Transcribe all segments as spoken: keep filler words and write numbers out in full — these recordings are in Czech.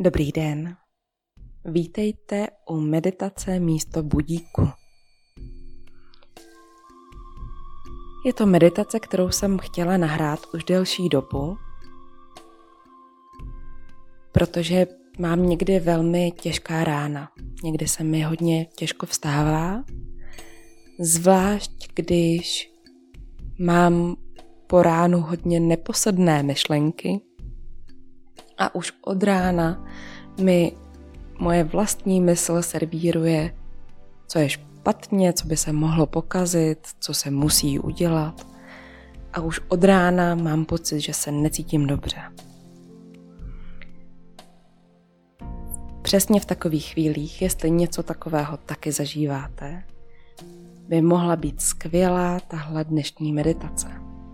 Dobrý den. Vítejte u meditace místo budíku. Je to meditace, kterou jsem chtěla nahrát už delší dobu, protože mám někdy velmi těžká rána. Někdy se mi hodně těžko vstává, zvlášť když mám po ránu hodně neposedné myšlenky a už od rána mi moje vlastní mysl servíruje, co je špatně, co by se mohlo pokazit, co se musí udělat. A už od rána mám pocit, že se necítím dobře. Přesně v takových chvílích, jestli něco takového taky zažíváte, by mohla být skvělá tahle dnešní meditace.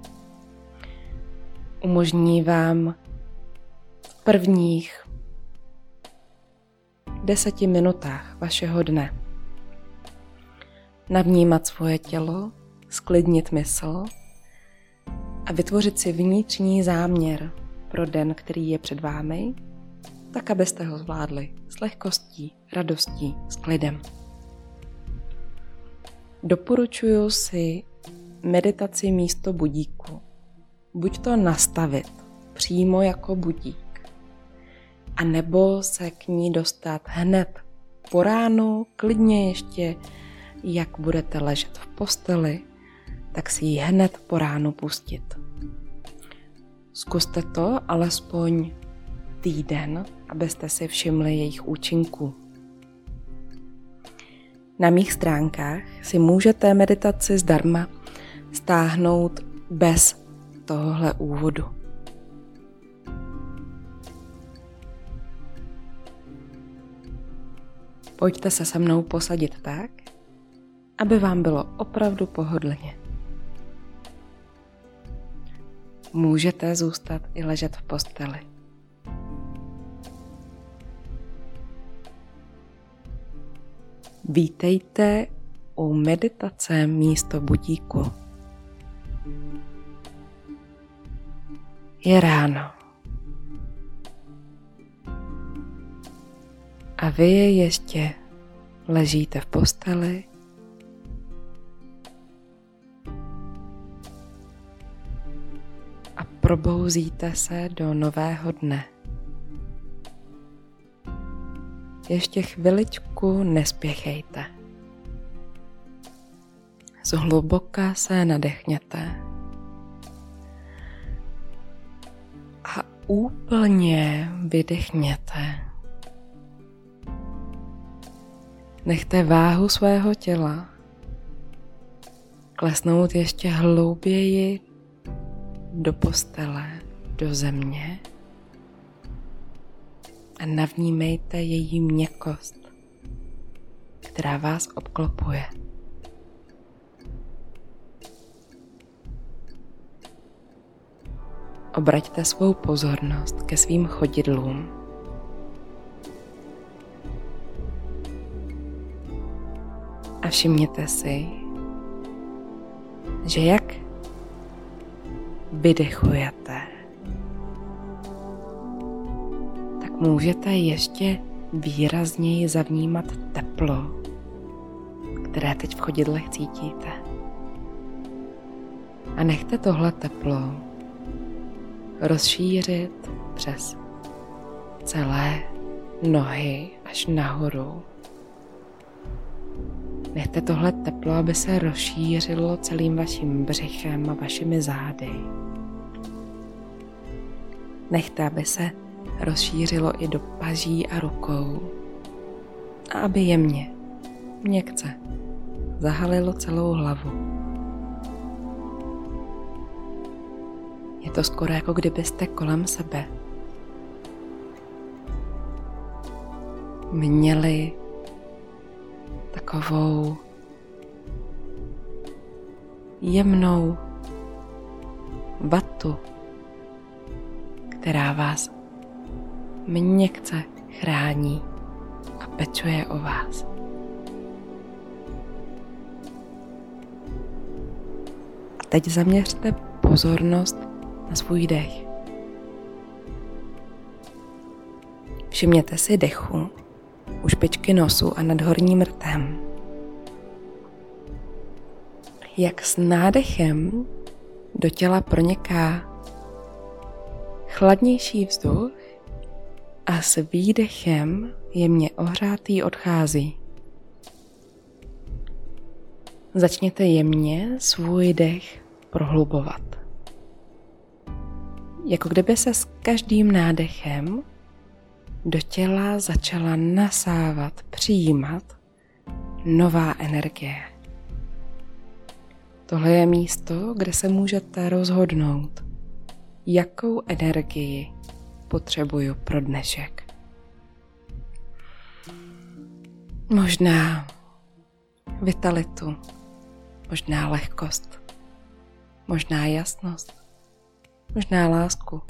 Umožní vám v prvních deseti minutách vašeho dne navnímat svoje tělo, sklidnit mysl a vytvořit si vnitřní záměr pro den, který je před vámi, tak, abyste ho zvládli s lehkostí, radostí, s klidem. Doporučuji si meditaci místo budíku. Buď to nastavit přímo jako budík, a nebo se k ní dostat hned po ránu, klidně ještě, jak budete ležet v posteli, tak si ji hned po ránu pustit. Zkuste to alespoň týden, abyste si všimli jejich účinků. Na mých stránkách si můžete meditaci zdarma stáhnout bez tohohle úvodu. Pojďte se se mnou posadit tak, aby vám bylo opravdu pohodlně. Můžete zůstat i ležet v posteli. Vítejte u meditace místo budíku. Je ráno. A vy ještě ležíte v posteli a probouzíte se do nového dne. Ještě chviličku nespěchejte. Zhluboka se nadechněte a úplně vydechněte. Nechte váhu svého těla klesnout ještě hlouběji do postele, do země a navnímejte její měkkost, která vás obklopuje. Obraťte svou pozornost ke svým chodidlům. A všimněte si, že jak vydechujete, tak můžete ještě výrazněji zavnímat teplo, které teď v chodidlech cítíte. A nechte tohle teplo rozšířit přes celé nohy až nahoru. Nechte tohle teplo, aby se rozšířilo celým vaším břichem a vašimi zády. Nechte, aby se rozšířilo i do paží a rukou a aby jemně, měkce zahalilo celou hlavu. Je to skoro jako kdybyste kolem sebe měli takovou jemnou vatu, která vás měkce chrání a pečuje o vás. A teď zaměřte pozornost na svůj dech. Všimněte si dechu u špičky nosu a nad horním rtem. Jak s nádechem do těla proniká chladnější vzduch a s výdechem jemně ohřátý odchází. Začněte jemně svůj dech prohlubovat. Jako kdyby se s každým nádechem do těla začala nasávat, přijímat nová energie. Tohle je místo, kde se můžete rozhodnout, jakou energii potřebuju pro dnešek. Možná vitalitu, možná lehkost, možná jasnost, možná lásku.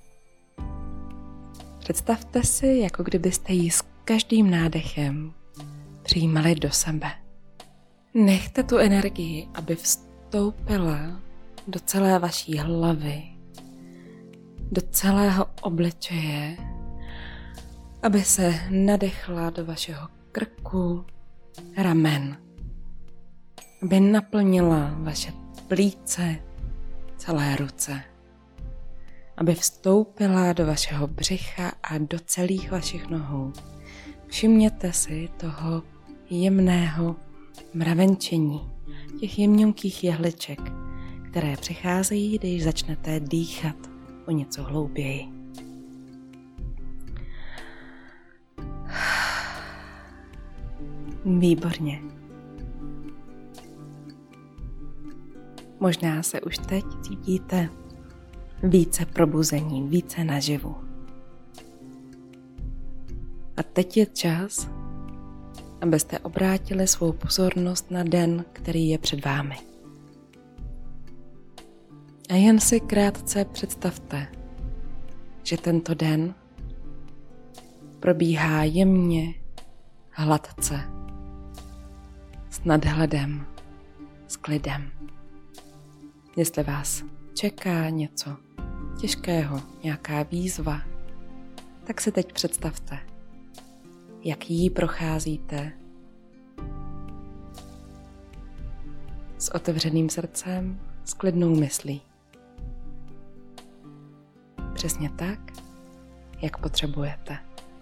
Představte si, jako kdybyste ji s každým nádechem přijímali do sebe. Nechte tu energii, aby vstoupila do celé vaší hlavy, do celého obličeje, aby se nadechla do vašeho krku, ramen, aby naplnila vaše plíce, celé ruce, aby vstoupila do vašeho břicha a do celých vašich nohou. Všimněte si toho jemného mravenčení, těch jemňonkých jehliček, které přicházejí, když začnete dýchat o něco hlouběji. Výborně. Možná se už teď cítíte více probuzení, více naživu. A teď je čas, abyste obrátili svou pozornost na den, který je před vámi. A jen si krátce představte, že tento den probíhá jemně, hladce, s nadhledem, s klidem. Jestli vás čeká něco těžkého, nějaká výzva, tak si teď představte, jak jí procházíte s otevřeným srdcem, s klidnou myslí. Přesně tak, jak potřebujete.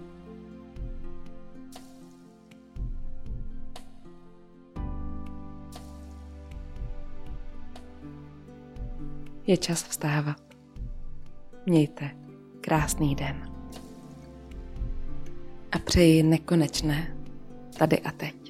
Je čas vstávat. Mějte krásný den. A přeji nekonečné tady a teď.